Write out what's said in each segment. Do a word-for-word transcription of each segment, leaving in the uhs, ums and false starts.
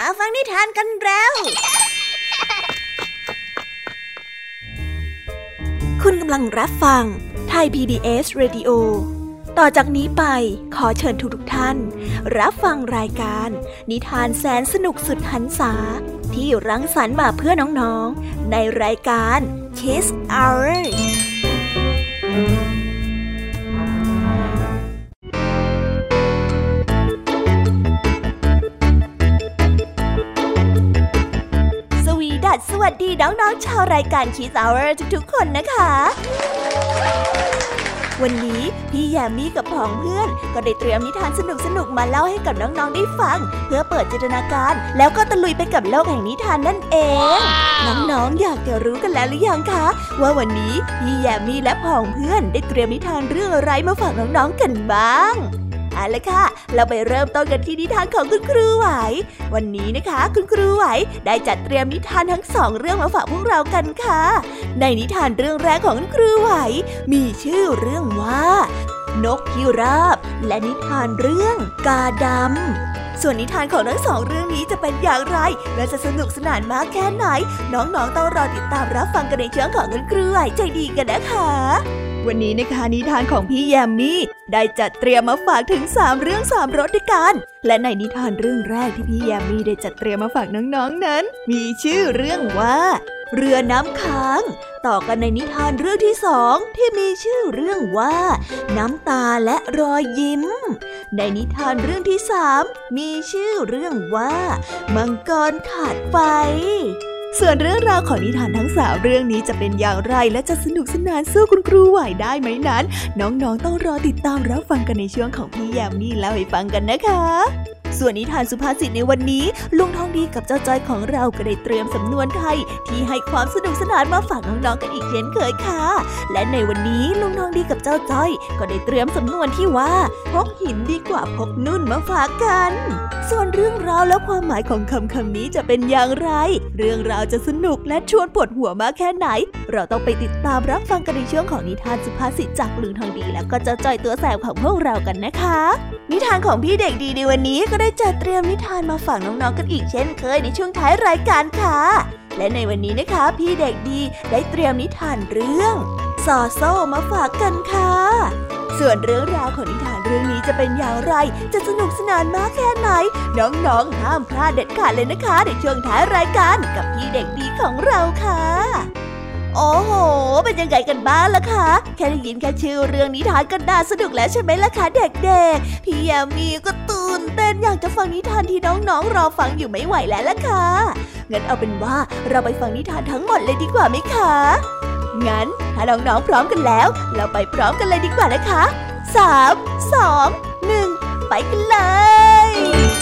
ฟังนิทานกันแล้วคุณกำลังรับฟังไทย พี บี เอส Radio ต่อจากนี้ไปขอเชิญทุกท่านรับฟังรายการนิทานแสนสนุกสุดหรรษาที่รังสรรค์มาเพื่อน้องๆในรายการ Kids Hourสวัสดีน้องๆชาวรายการ Kids Hour ทุกๆคนนะคะวันนี้พี่แยมมี่กับผองเพื่อนก็ได้เตรียมนิทานสนุกๆมาเล่าให้กับน้องๆได้ฟังเพื่อเปิดจินตนาการแล้วก็ตะลุยไปกับโลกแห่งนิทานนั่นเองน้องๆอยากจะรู้กันแล้วหรือยังคะว่าวันนี้พี่แยมมี่และผองเพื่อนได้เตรียมนิทานเรื่องอะไรมาฝากน้องๆกันบ้างเอาล่ะค่ะเราไปเริ่มต้นกันที่นิทานของคุณครูไหววันนี้นะคะคุณครูไหวได้จัดเตรียมนิทานทั้งสองเรื่องมาฝากพวกเรากันค่ะในนิทานเรื่องแรกของคุณครูไหวมีชื่อเรื่องว่านกพิราบและนิทานเรื่องกาดำส่วนนิทานของทั้งสองเรื่องนี้จะเป็นอย่างไรและจะสนุกสนานมากแค่ไหนน้องๆต้องรอติดตามรับฟังกันในช่วงของคุณครูไหวใจดีกันนะคะวันนี้นะคะนิทานของพี่แยมมี่ได้จัดเตรียมมาฝากถึงสามเรื่องสามรสด้วยกันและในนิทานเรื่องแรกที่พี่แยมมี่ได้จัดเตรียมมาฝากน้องๆนั้นมีชื่อเรื่องว่าเรือน้ำค้างต่อกันในนิทานเรื่องที่สองที่มีชื่อเรื่องว่าน้ำตาและรอยยิ้มในนิทานเรื่องที่สามมีชื่อเรื่องว่ามังกรขาดไฟส่วนเรื่องราวของนิทานทั้งสามเรื่องนี้จะเป็นอย่างไรและจะสนุกสนานสู้คุณครูไหวได้ไหมนั้นน้องๆต้องรอติดตามรับฟังกันในช่วงของพี่แยมมี่เล่าให้ฟังกันนะคะส่วนนิทานสุภาษิตในวันนี้ลุงทองดีกับเจ้าจ้อยของเราก็ได้เตรียมสำนวนไทยที่ให้ความสนุกสนานมาฝากน้องๆกันอีกเช่นเคยค่ะและในวันนี้ลุงทองดีกับเจ้าจ้อยก็ได้เตรียมสำนวนที่ว่าพกหินดีกว่าพกนุ่นมาฝากกันส่วนเรื่องราวและความหมายของคำคำนี้จะเป็นอย่างไรเรื่องราวจะสนุกและชวนปวดหัวมากแค่ไหนเราต้องไปติดตามรับฟังกันในช่วงของนิทานสุภาษิตจากลุงทองดีและก็เจ้าจ้อยตัวแสบของพวกเรากันนะคะนิทานของพี่เด็กดีในวันนี้ก็ได้จัดเตรียมนิทานมาฝากน้องๆกันอีกเช่นเคยในช่วงท้ายรายการค่ะและในวันนี้นะคะพี่เด็กดีได้เตรียมนิทานเรื่องซอโซ่มาฝากกันค่ะส่วนเรื่องราวของนิทานเรื่องนี้จะเป็นอย่างไรจะสนุกสนานมากแค่ไหนน้องๆห้ามพลาดเด็ดขาดเลยนะคะในช่วงท้ายรายการกับพี่เด็กดีของเราค่ะโอ้โหเป็นยังไงกันบ้างล่ะคะแค่ได้ยินแค่ชื่อเรื่องนิทานก็น่าสนุกแล้วใช่ไหมล่ะคะเด็กๆพี่ยามีก็ตื่นเต้นอยากจะฟังนิทานที่น้องๆรอฟังอยู่ไม่ไหวแล้วล่ะค่ะงั้นเอาเป็นว่าเราไปฟังนิทานทั้งหมดเลยดีกว่าไหมคะงั้นถ้าน้องๆพร้อมกันแล้วเราไปพร้อมกันเลยดีกว่านะคะสาม สอง หนึ่งไปกันเลย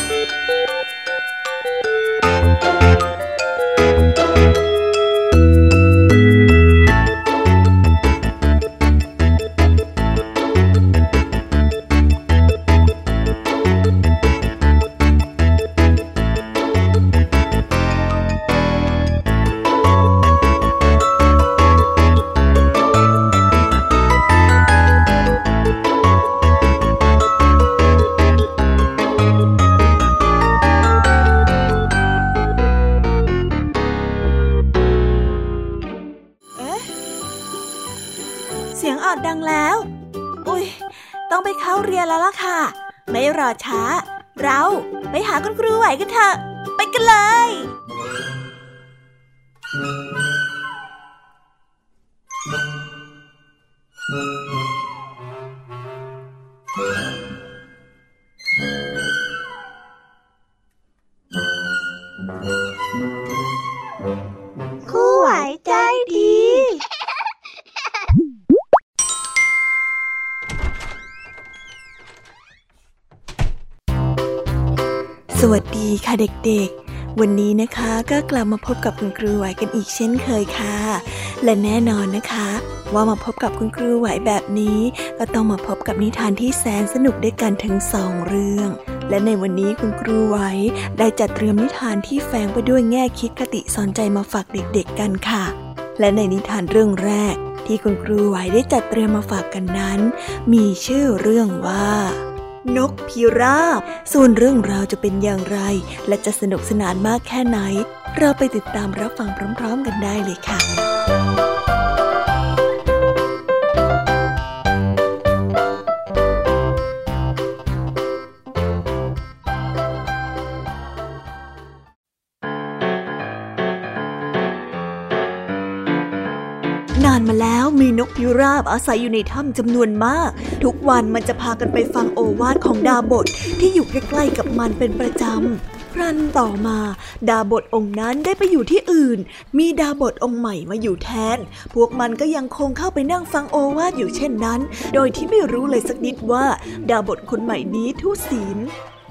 ดังแล้วอุ๊ยต้องไปเข้าเรียนแล้วล่ะค่ะไม่รอช้าเราไปหาคุณครูไหวกันเถอะไปกันเลยครูไหวใจดีสวัสดีค่ะเด็กๆวันนี้นะคะก็กลับมาพบกับคุณครูไหวกันอีกเช่นเคยค่ะและแน่นอนนะคะว่ามาพบกับคุณครูไหวแบบนี้ก็ต้องมาพบกับนิทานที่แสนสนุกด้วยกันทั้งสองเรื่องและในวันนี้คุณครูไหวได้จัดเตรียมนิทานที่แฝงไปด้วยแง่คิดคติสอนใจมาฝากเด็กๆกันค่ะและในนิทานเรื่องแรกที่คุณครูไหวได้จัดเตรียมมาฝากกันนั้นมีชื่อเรื่องว่านกพิราบส่วนเรื่องราวจะเป็นอย่างไรและจะสนุกสนานมากแค่ไหนเราไปติดตามรับฟังพร้อมๆกันได้เลยค่ะนานมาแล้วมีนกพิราบอาศัยอยู่ในถ้ำจำนวนมากทุกวันมันจะพากันไปฟังโอวาทของดาบทที่อยู่ใกล้ๆกับมันเป็นประจำครั้นต่อมาดาบทองค์นั้นได้ไปอยู่ที่อื่นมีดาบทองค์ใหม่มาอยู่แทนพวกมันก็ยังคงเข้าไปนั่งฟังโอวาทอยู่เช่นนั้นโดยที่ไม่รู้เลยสักนิดว่าดาบทคนใหม่นี้ทุศีล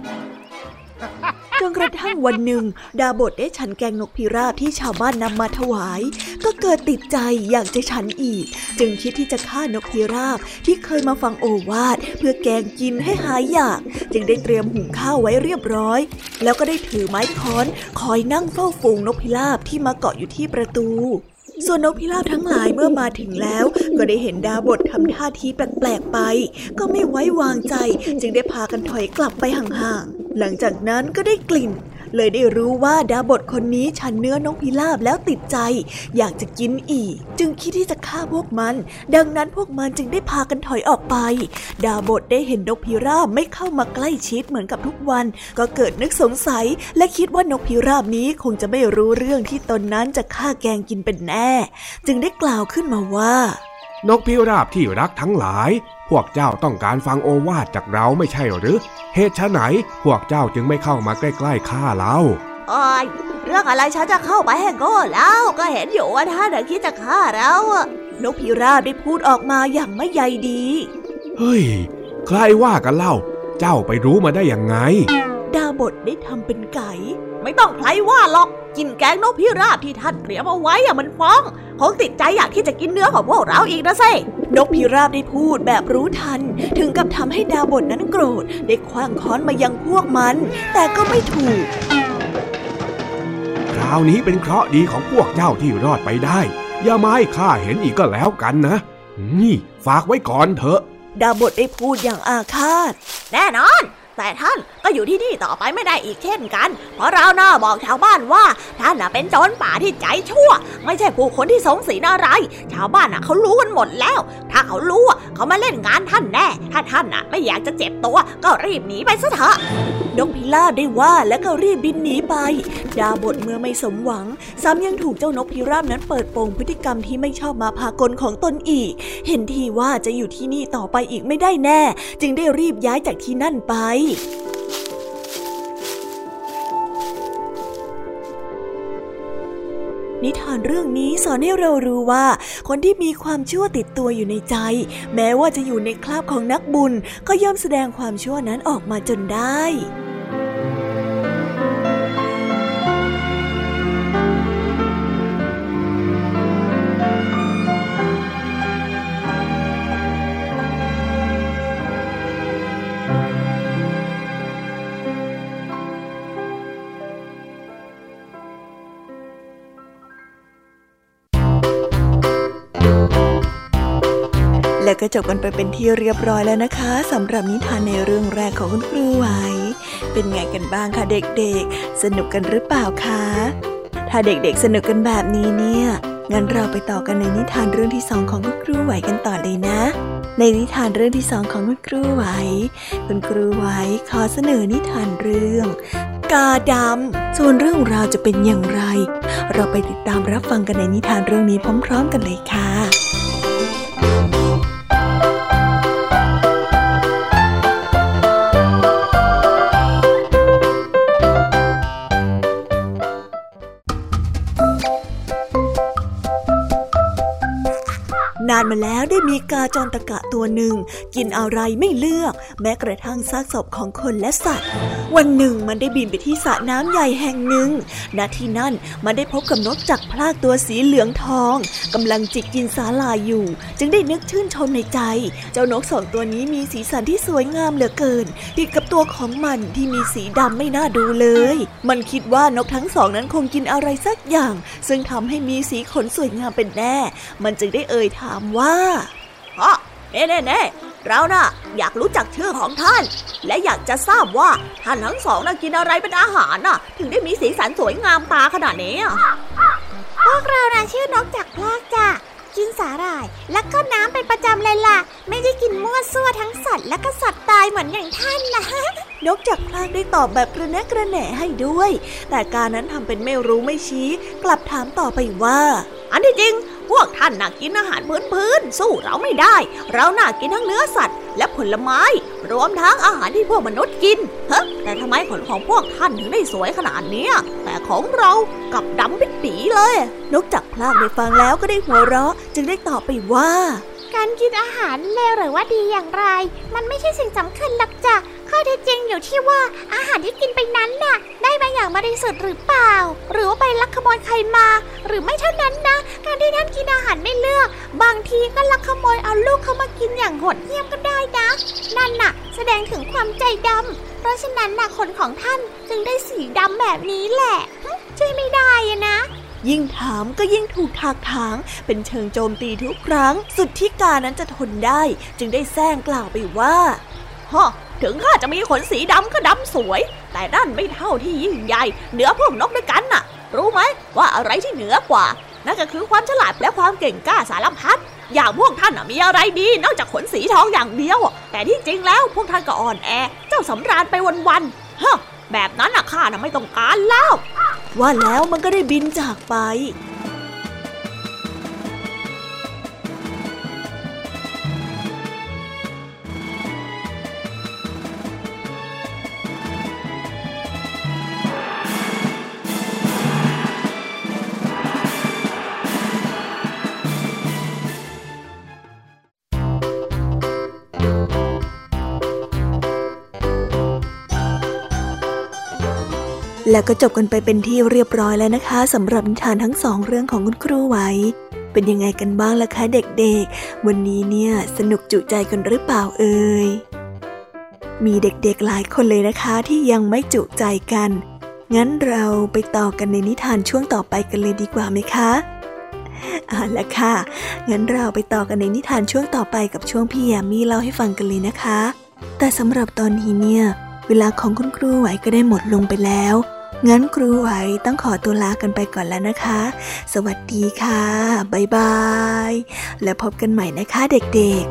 จนกระทั่งวันหนึ่งดาบทได้ฉันแกงนกพิราบที่ชาวบ้านนำมาถวายก็เกิดติดใจอยากจะฉันอีกจึงคิดที่จะฆ่านกพิราบที่เคยมาฟังโอวาทเพื่อแกงกินให้หายอยากจึงได้เตรียมหุงข้าวไว้เรียบร้อยแล้วก็ได้ถือไม้ค้อนคอยนั่งเฝ้าฝูงนกพิราบที่มาเกาะอยู่ที่ประตูส่วนนกพิราบทั้งหลายเมื่อมาถึงแล้วก็ได้เห็นดาบททำท่าทีแปลกๆไปก็ไม่ไว้วางใจจึงได้พากันถอยกลับไปห่างๆหลังจากนั้นก็ได้กลิ่นเลยได้รู้ว่าดาบทคนนี้ฉันเนื้อนกพิราบแล้วติดใจอยากจะกินอีกจึงคิดที่จะฆ่าพวกมันดังนั้นพวกมันจึงได้พากันถอยออกไปดาบทได้เห็นนกพิราบไม่เข้ามาใกล้ชิดเหมือนกับทุกวันก็เกิดนึกสงสัยและคิดว่านกพิราบนี้คงจะไม่รู้เรื่องที่ตนนั้นจะฆ่าแกงกินเป็นแน่จึงได้กล่าวขึ้นมาว่านกพิราบที่รักทั้งหลายพวกเจ้าต้องการฟังโอวาทจากเราไม่ใช่หรือเหตุไฉนพวกเจ้าจึงไม่เข้ามาใกล้ๆข้าเราโอ้ยเรื่องอะไรฉันจะเข้าไปให้ก็แล้วก็เห็นอยู่ว่าท่านคิดจะฆ่าเรานกพิราบได้พูดออกมาอย่างไม่ใยดีเฮ้ยใครว่ากันเล่าเจ้าไปรู้มาได้ยังไงดาบทได้ทำเป็นไก่ไม่ต้องใครว่าหรอกกินแกงนกพิราบที่ท่านเตรียมเอาไว้อะมันฟ้องคงติดใจอยากที่จะกินเนื้อของพวกเราอีกนะสินกพิราบได้พูดแบบรู้ทันถึงกับทำให้ดาบทนั้นโกรธได้ขว้างค้อนมายังพวกมันแต่ก็ไม่ถูกคราวนี้เป็นเคราะห์ดีของพวกเจ้าที่รอดไปได้อย่ามาให้ข้าเห็นอีกก็แล้วกันนะนี่ฝากไว้ก่อนเถอะดาบทได้พูดอย่างอาฆาตแน่นอนแต่ท่านก็อยู่ที่นี่ต่อไปไม่ได้อีกเช่นกันเพราะเราน่าบอกชาวบ้านว่าท่านน่ะเป็นโจรป่าที่ใจชั่วไม่ใช่ผู้คนที่สงศีลอะไรชาวบ้านน่ะเขารู้กันหมดแล้วถ้าเขารู้อ่ะเขามาเล่นงานท่านแน่ถ้าท่านน่ะไม่อยากจะเจ็บตัวก็รีบหนีไปซะเถอะนกพิราบได้ว่าแล้วก็รีบบินหนีไปดาบทเมื่อไม่สมหวังซ้ำยังถูกเจ้านกพิราบนั้นเปิดโปงพฤติกรรมที่ไม่ชอบมาพากลของตนอีกเห็นทีว่าจะอยู่ที่นี่ต่อไปอีกไม่ได้แน่จึงได้รีบย้ายจากที่นั่นไปนิทานเรื่องนี้สอนให้เรารู้ว่าคนที่มีความชั่วติดตัวอยู่ในใจแม้ว่าจะอยู่ในคราบของนักบุญก็ย่อมแสดงความชั่วนั้นออกมาจนได้แล้วก็จบกันไปเป็นที่เรียบร้อยแล้วนะคะสำหรับนิทานในเรื่องแรกของคุณครูไหวเป็นไงกันบ้างคะเด็กๆสนุกกันหรือเปล่าคะถ้าเด็กๆสนุกกันแบบนี้เนี่ยงั้นเราไปต่อกันในนิทานเรื่องที่สองของคุณครูไหวกันต่อเลยนะในนิทานเรื่องที่สองของคุณครูไหวคุณครูไหวขอเสนอนิทานเรื่องกาดำส่วนเรื่องราวจะเป็นอย่างไรเราไปติดตามรับฟังกันในนิทานเรื่องนี้พร้อมๆกันเลยค่ะนานมาแล้วได้มีกาจรตะกะตัวหนึ่งกินอะไรไม่เลือกแม้กระทั่งซากศพของคนและสัตว์วันหนึ่งมันได้บินไปที่สระน้ำใหญ่แห่งหนึ่งณที่นั่นมันได้พบกับนกจักรพลากตัวสีเหลืองทองกำลังจิกกินสาหร่ายอยู่จึงได้นึกชื่นชมในใจเจ้านกสองตัวนี้มีสีสันที่สวยงามเหลือเกินติดกับตัวของมันที่มีสีดำไม่น่าดูเลยมันคิดว่านกทั้งสองนั้นคงกินอะไรสักอย่างซึ่งทำให้มีสีขนสวยงามเป็นแน่มันจึงได้เอ่ยถามว่าอ๋อเน่เน่เน่เราน่ะอยากรู้จักชื่อของท่านและอยากจะทราบว่าท่านทั้งสองน่ะกินอะไรเป็นอาหารน่ะถึงได้มีสีสันสวยงามตาขนาดนี้พวกเราน่ะชื่อนกจากพลากจ้ะกินสาหร่ายและก็น้ำเป็นประจำเลยล่ะไม่ได้กินมั่วซั่วทั้งสัตว์และก็สัตว์ตายเหมือนอย่างท่านนะนกจากพลากได้ตอบแบบกระแนะกระแหน่ให้ด้วยแต่การนั้นทำเป็นไม่รู้ไม่ชี้กลับถามต่อไปว่าอันที่จริงพวกท่านน่ะกินอาหารพื้นๆสู้เราไม่ได้เราน่ะกินทั้งเนื้อสัตว์และผลไม้รวมทั้งอาหารที่พวกมนุษย์กินเฮ้แต่ทำไมขนของพวกท่านถึงได้สวยขนาดนี้แต่ของเรากลับดำปิดปีเลยนกจากพลากได้ฟังแล้วก็ได้หัวเราะจึงได้ตอบไปว่าการกินอาหารเลวหรือว่าดีอย่างไรมันไม่ใช่สิ่งสำคัญหรอกจ้ะข้อเท็จจริงอยู่ที่ว่าอาหารที่กินไปนั้นน่ะได้มาอย่างบริสุทธิ์หรือเปล่าหรือว่าไปลักขโมยใครมาหรือไม่เท่านั้นนะการที่ท่านกินอาหารไม่เลือกบางทีก็ลักขโมยเอาลูกเขามากินอย่างโหดเหี้ยมก็ได้นะนั่นน่ะแสดงถึงความใจดำเพราะฉะนั้นน่ะขนของท่านจึงได้สีดำแบบนี้แหละช่วยไม่ได้นะยิ่งถามก็ยิ่งถูกถากถางเป็นเชิงโจมตีทุกครั้งสุดที่กานั้นจะทนได้จึงได้แซงกล่าวไปว่าฮะถึงข้าจะมีขนสีดำก็ดำสวยแต่นั่นไม่เท่าที่ยิ่งใหญ่เหนือพวกนกด้วยกันน่ะรู้ไหมว่าอะไรที่เหนือกว่านั่นก็คือความฉลาดและความเก่งกล้าสารพัดอย่างพวกท่านน่ะมีอะไรดีนอกจากขนสีทองอย่างเดียวแต่ที่จริงแล้วพวกท่านก็อ่อนแอเจ้าสำราญไปวันๆฮะแบบนั้นน่ะข้าน่ะไม่ต้องการแล้วว่าแล้วมันก็ได้บินจากไปแล้วก็จบกันไปเป็นที่เรียบร้อยแล้วนะคะสำหรับนิทานทั้งสองเรื่องของคุณครูไหวเป็นยังไงกันบ้างล่ะคะเด็กๆวันนี้เนี่ยสนุกจุใจกันหรือเปล่าเอ่ยมีเด็กๆหลายคนเลยนะคะที่ยังไม่จุใจกันงั้นเราไปต่อกันในนิทานช่วงต่อไปกันเลยดีกว่าไหมคะเอาล่ะค่ะงั้นเราไปต่อกันในนิทานช่วงต่อไปกับช่วงพี่แยมมี่เล่าให้ฟังกันเลยนะคะแต่สำหรับตอนนี้เนี่ยเวลาของคุณครูไหวก็ได้หมดลงไปแล้วงั้นครูไหวต้องขอตัวลากันไปก่อนแล้วนะคะสวัสดีค่ะบ๊ายบายแล้วพบกันใหม่นะคะเด็กๆ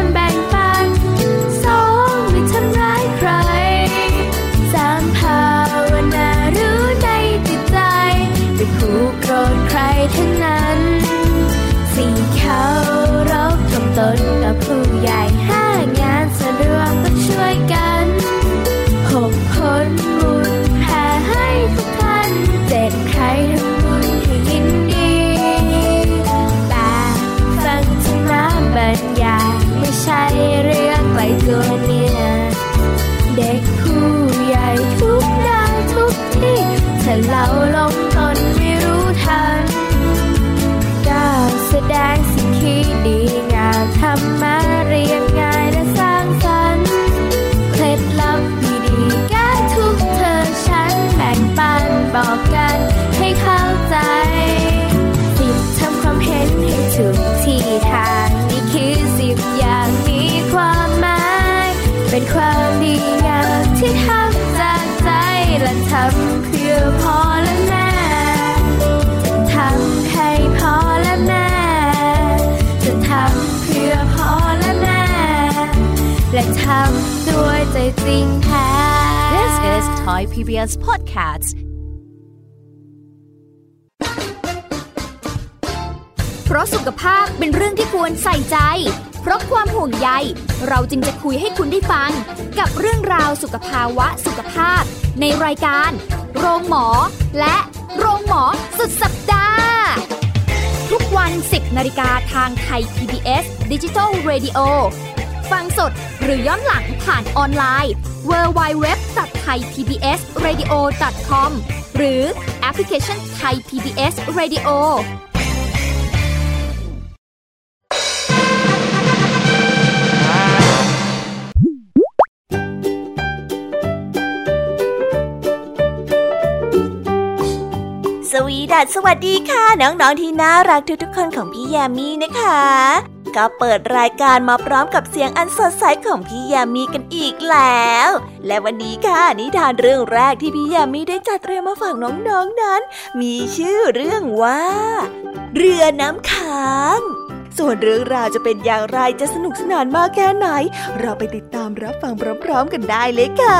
สองไม่ทำร้ายใครสามพา everything has This is Thai พี บี เอส Podcast เพราะสุขภาพเป็นเรื่องที่ควรใส่ใจเพราะความห่วงใยเราจึงจะคุยให้คุณได้ฟังกับเรื่องราวสุขภาวะสุขภาพในรายการโรงหมอและโรงหมอสุดสัปดาห์ทุกวัน สิบนาฬิกาทางไทย พี บี เอส Digital Radio ฟังสดหรือย้อนหลังผ่านออนไลน์ ดับเบิลยู ดับเบิลยู ดับเบิลยู ดอท ไทย พี บี เอส เรดิโอ ดอท คอม หรือแอปพลิเคชัน Thai พี บี เอส Radio สวีดัสสวัสดีค่ะน้องๆที่น่ารักทุกๆคนของพี่ยามีนะคะก็เปิดรายการมาพร้อมกับเสียงอันสดใสของพี่ยามีกันอีกแล้วและวันนี้ค่ะนิทานเรื่องแรกที่พี่ยามีได้จัดเตรียมมาฝากน้องๆ น, นั้นมีชื่อเรื่องว่าเรือน้ำค้างส่วนเรื่องราวจะเป็นอย่างไรจะสนุกสนานมากแค่ไหนเราไปติดตามรับฟังพร้อมๆกันได้เลยค่ะ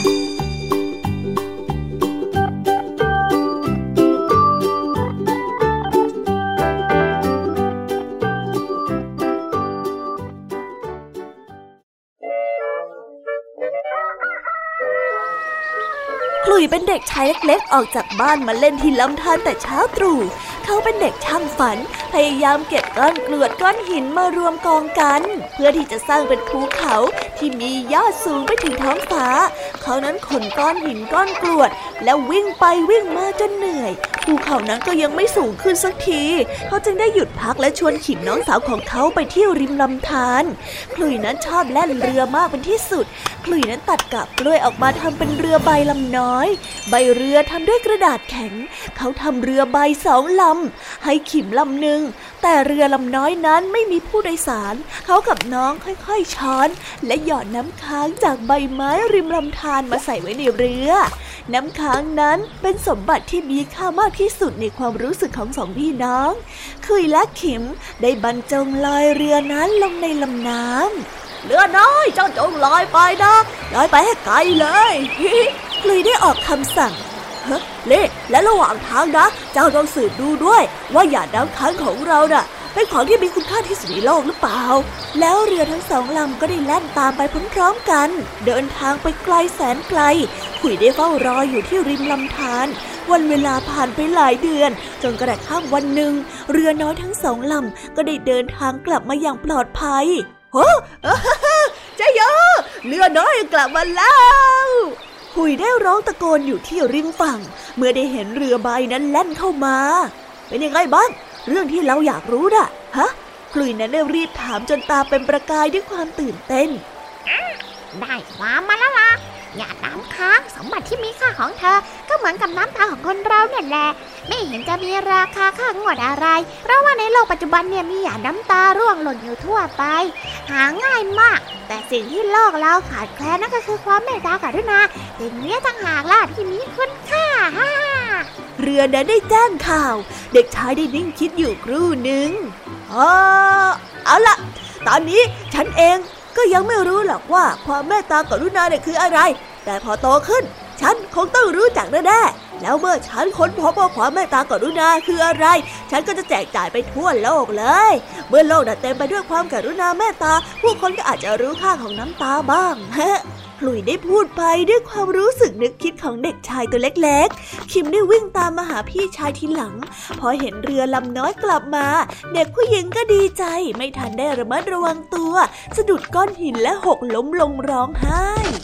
ขลุ่ยเป็นเด็กชายเล็กๆออกจากบ้านมาเล่นที่ลำธารแต่เช้าตรู่เขาเป็นเด็กช่างฝันพยายามเก็บก้อนกรวดก้อนหินมารวมกองกันเพื่อที่จะสร้างเป็นภูเขาที่มียอดสูงไปถึงท้องฟ้าเขานั้นขนก้อนหินก้อนกรวดแล้ววิ่งไปวิ่งมาจนเหนื่อยภูเขานั้นก็ยังไม่สูงขึ้นสักทีเขาจึงได้หยุดพักและชวนขิมน้องสาวของเขาไปเที่ยวริมลำธารขลุ่ยนั้นชอบแล่นเรือมากเป็นที่สุดขลุ่ยนั้นตัดกาบกล้วยออกมาทำเป็นเรือใบลำน้อยใบเรือทำด้วยกระดาษแข็งเขาทำเรือใบสองลำให้ขิมลำหนึ่งแต่เรือลำน้อยนั้นไม่มีผู้โดยสารเขากับน้องค่อยๆช้อนและหยอดน้ำค้างจากใบไม้ริมลำธารมาใส่ไว้ในเรือน้ำค้างนั้นเป็นสมบัติที่มีค่ามากที่สุดในความรู้สึกของสองพี่น้องคุยและขิมได้บรรจงลอยเรือนั้นลงในลำน้ำเรือน้อยเจ้าจงลอยไปนะลอยไปให้ไกลเลยคลุยได้ออกคำสั่งเฮ้เล่และระหว่างทางนะเจ้าต้องสืบดูด้วยว่าหยาดน้ำค้างของเราน่ะเป็นของที่มีคุณค่าที่สุดในโลกหรือเปล่าแล้วเรือทั้งสองลำก็ได้แล่นตามไปพร้อมๆกันเดินทางไปไกลแสนไกลขุยได้เฝ้ารออยู่ที่ริมลำธารวันเวลาผ่านไปหลายเดือนจนกระทั่งวันหนึ่งเรือน้อยทั้งสองลำก็ได้เดินทางกลับมาอย่างปลอดภัยโอ้เจ้าโยเรือน้อยกลับมาแล้วหุยได้ร้องตะโกนอยู่ที่ริมฝั่งเมื่อได้เห็นเรือใบนั้นแล่นเข้ามาเป็นยังไงบ้างเรื่องที่เราอยากรู้น่ะฮะคลุยนั้นได้รีบถามจนตาเป็นประกายด้วยความตื่นเต้นได้ความมาแล้วล่ะหยาดน้ำค้างสมบัติที่มีค่าของเธอก็เหมือนกับน้ำตาของคนเราเนี่ยแหละไม่เห็นจะมีราคาค่างวดอะไรเพราะว่าในโลกปัจจุบันเนี่ยมีหยาดน้ำตาร่วงหล่นอยู่ทั่วไปหาง่ายมากแต่สิ่งที่โลกเราขาดแคลนนั่นก็คือความเมตตากรุณาสิ่งนี้ต่างหากล่ะที่มีคุณค่าฮ่าเรือนั้นได้แจ้งข่าวเด็กชายได้นิ่งคิดอยู่ครู่หนึ่งอ๋อเอาล่ะตอนนี้ฉันเองก็ยังไม่รู้หรอกว่าความเมตตากรุณาเนี่ยคืออะไรแต่พอโตขึ้นฉันคงต้องรู้จักแน่ๆแล้วเมื่อฉันค้นพบว่าความเมตตากรุณาคืออะไรฉันก็จะแจกจ่ายไปทั่วโลกเลยเมื่อโลกเต็มไปด้วยความกรุณาเมตตาผู้คนก็อาจจะรู้ค่าของน้ำตาบ้างฮะขลุ่ยได้พูดไปด้วยความรู้สึกนึกคิดของเด็กชายตัวเล็กๆคิมได้วิ่งตามมาหาพี่ชายทีหลังพอเห็นเรือลำน้อยกลับมาเด็กผู้หญิงก็ดีใจไม่ทันได้ระมัดระวังตัวสะดุดก้อนหินและหกล้มลงร้องไห้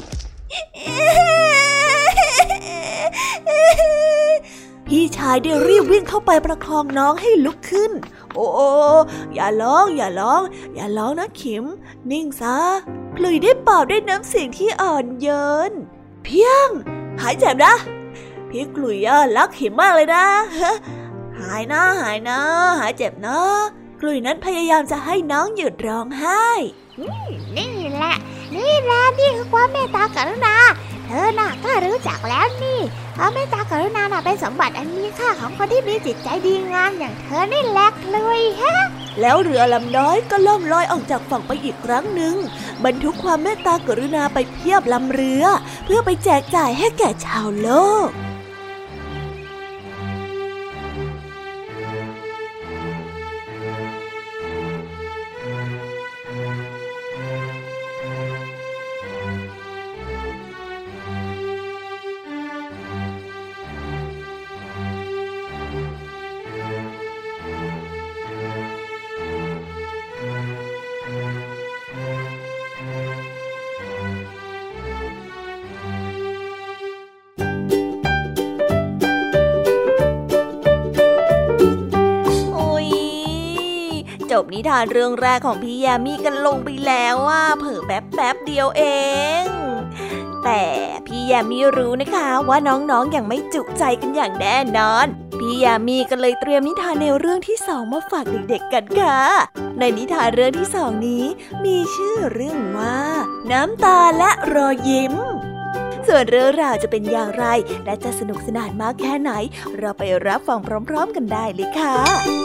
พี่ชายได้รีบวิ่งเข้าไปประคองน้องให้ลุกขึ้นโอ้อย่าร้องอย่าร้องอย่าร้องนะขิมนิ่งซะขลุ่ยได้ปลอบด้วยน้ำเสียงที่อ่อนโยนเพียงหายเจ็บนะพี่ขลุ่ยรักขิมมากเลยนะหายนะหายนะหายเจ็บนะขลุ่ยนั้นพยายามจะให้น้องหยุดร้องไห้นี่แหละนี่แหละนี่คือความเมตตากรุณาเธอน่ะก็รู้จักแล้วนี่ความเมตตากรุณาน่ะเป็นสมบัติอันมีค่าของคนที่มีจิตใจดีงามอย่างเธอนี่แหละเลยฮะแล้วเรือลำน้อยก็ล่องลอยออกจากฝั่งไปอีกครั้งหนึ่งบรรทุกความเมตตากรุณาไปเพียบลำเรือเพื่อไปแจกจ่ายให้แก่ชาวโลกจบนิทานเรื่องแรกของพี่ยามีกันลงไปแล้วว่าเผลอแป๊บแป๊บเดียวเองแต่พี่ยามีรู้นะคะว่าน้องๆ อ, อย่างไม่จุใจกันอย่างแน่นอนพี่ยามีก็เลยเตรียมนิทานในเรื่องที่สองมาฝากเด็กๆกันค่ะในนิทานเรื่องที่สองนี้มีชื่อเรื่องว่าน้ำตาและรอยยิ้มส่วนเรื่องราวจะเป็นอย่างไรและจะสนุกสนานมากแค่ไหนเราไปรับฟังพร้อมๆกันได้เลยค่ะ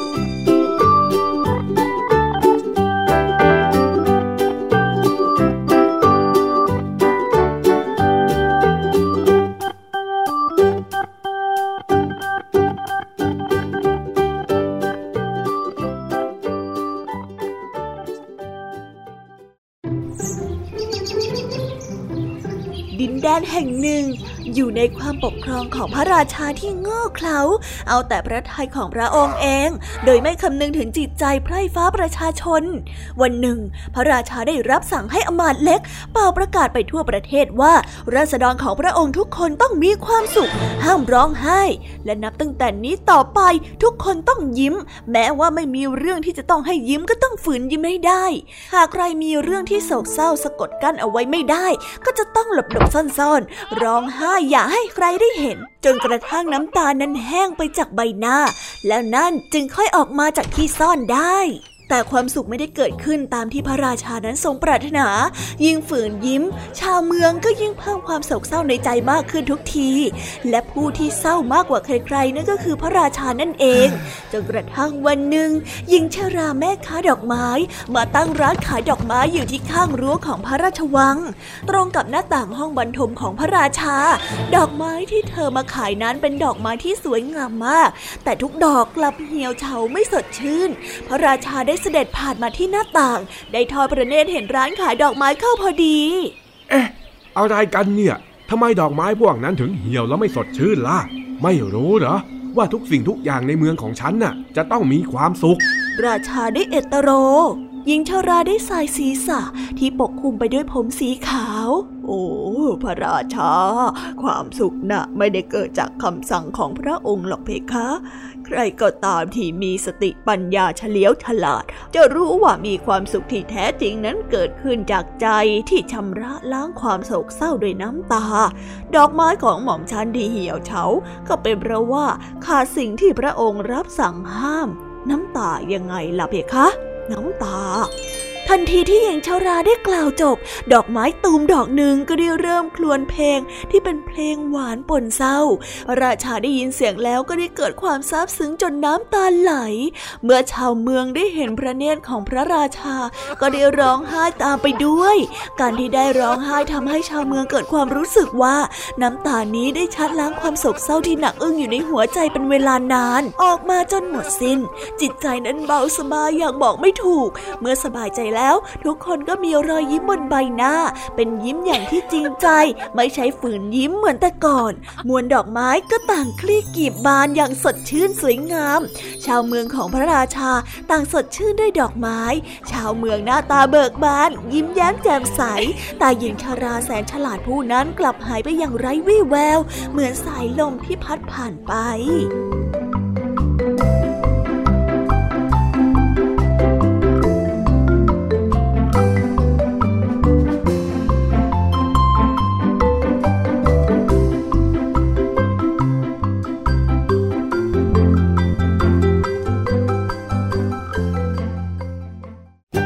ดินแดนแห่งหนึ่งอยู่ในความปกครองของพระราชาที่โง่เขลาเอาแต่พระทัยของพระองค์เองโดยไม่คำนึงถึงจิตใจไพร่ฟ้าประชาชนวันหนึ่งพระราชาได้รับสั่งให้อมาตย์เล็กเป่าประกาศไปทั่วประเทศว่าราษฎรของพระองค์ทุกคนต้องมีความสุขห้ามร้องไห้และนับตั้งแต่นี้ต่อไปทุกคนต้องยิ้มแม้ว่าไม่มีเรื่องที่จะต้องให้ยิ้มก็ต้องฝืนยิ้มให้ได้หากใครมีเรื่องที่โศกเศร้าสะกดกั้นเอาไว้ไม่ได้ก็จะต้องหลบหลบซ่อนๆร้องไห้อย่าให้ใครได้เห็นจนกระทั่งน้ำตานั้นแห้งไปจากใบหน้าแล้วนั่นจึงค่อยออกมาจากที่ซ่อนได้แต่ความสุขไม่ได้เกิดขึ้นตามที่พระราชานั้นทรงปรารถนายิ่งฝืนยิ้มชาวเมืองก็ยิ่งเพิ่มความโศกเศร้าในใจมากขึ้นทุกทีและผู้ที่เศร้ามากกว่าใครๆนั่นก็คือพระราชานั่นเองจนกระทั่งวันหนึ่งหญิงชราแม่ค้าดอกไม้มาตั้งร้านขายดอกไม้อยู่ที่ข้างรั้วของพระราชวังตรงกับหน้าต่างห้องบรรทมของพระราชาดอกไม้ที่เธอมาขายนั้นเป็นดอกไม้ที่สวยงามมากแต่ทุกดอกกลับเหี่ยวเฉาไม่สดชื่นพระราชาได้เสด็จผ่านมาที่หน้าต่างได้ทอดพระเนตรเห็นร้านขายดอกไม้เข้าพอดีเอ๊ะอะไรกันเนี่ยทำไมดอกไม้พวกนั้นถึงเหี่ยวแล้วไม่สดชื่นล่ะไม่รู้เหรอว่าทุกสิ่งทุกอย่างในเมืองของฉันน่ะจะต้องมีความสุขราชาได้เอตโรหญิงชราได้สายศีรษะที่ปกคลุมไปด้วยผมสีขาวโอ้พระราชาความสุขน่ะไม่ได้เกิดจากคำสั่งของพระองค์หรอกเพคะใครก็ตามที่มีสติปัญญาเฉลียวฉลาดจะรู้ว่ามีความสุขที่แท้จริงนั้นเกิดขึ้นจากใจที่ชำระล้างความโศกเศร้าด้วยน้ำตาดอกไม้ของหม่อมฉันที่เหี่ยวเฉาก็เป็นเพราะว่าขาดสิ่งที่พระองค์รับสั่งห้ามน้ำตายังไงล่ะเพคะน้ำตาทันทีที่หญิงชราได้กล่าวจบดอกไม้ตูมดอกหนึ่งก็ได้เริ่มครวญเพลงที่เป็นเพลงหวานปนเศร้าราชาได้ยินเสียงแล้วก็ได้เกิดความซาบซึ้งจนน้ำตาไหลเมื่อชาวเมืองได้เห็นพระเนตรของพระราชาก็ได้ร้องไห้ตามไปด้วยการที่ได้ร้องไห้ทำให้ชาวเมืองเกิดความรู้สึกว่าน้ำตานี้ได้ชัดล้างความโศกเศร้าที่หนักอึ้งอยู่ในหัวใจเป็นเวลานานออกมาจนหมดสิ้นจิตใจนั้นเบาสบายอย่างบอกไม่ถูกเมื่อสบายใจแล้วทุกคนก็มีรอยยิ้มบนใบหน้าเป็นยิ้มอย่างที่จริงใจไม่ใช่ฝืนยิ้มเหมือนแต่ก่อนมวลดอกไม้ก็ต่างคลี่กีบบานอย่างสดชื่นสวยงามชาวเมืองของพระราชาต่างสดชื่นด้วยดอกไม้ชาวเมืองหน้าตาเบิกบานยิ้มแย้มแจ่มใสแต่หญิงชราแสนฉลาดผู้นั้นกลับหายไปอย่างไร้วี่แววเหมือนสายลมที่พัดผ่านไป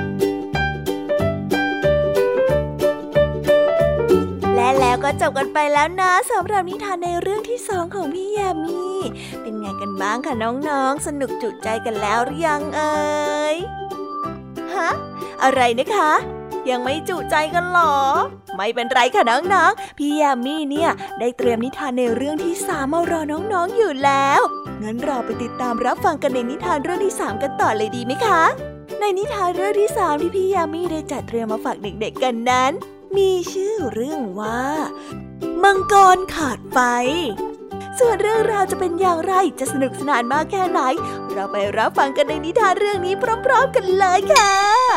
จบกันไปแล้วนะสำหรับนิทานในเรื่องที่สองของพี่ยามีเป็นไงกันบ้างคะน้องๆสนุกจุใจกันแล้วหรือยังเอ่ยฮะอะไรนะคะยังไม่จุใจกันหรอไม่เป็นไรค่ะน้องๆพี่ยามีเนี่ยได้เตรียมนิทานในเรื่องที่สามมารอน้องๆอยู่แล้วงั้นเราไปติดตามรับฟังกันในนิทานเรื่องที่สามกันต่อเลยดีไหมคะในนิทานเรื่องที่สามที่พี่ยามีได้จัดเตรียมมาฝากเด็กๆกันนั้นมีชื่อเรื่องว่ามังกรขาดไฟส่วนเรื่องราวจะเป็นอย่างไรจะสนุกสนานมากแค่ไหนเราไปรับฟังกันในนิทานเรื่องนี้พร้อมๆกันเลยค่ะ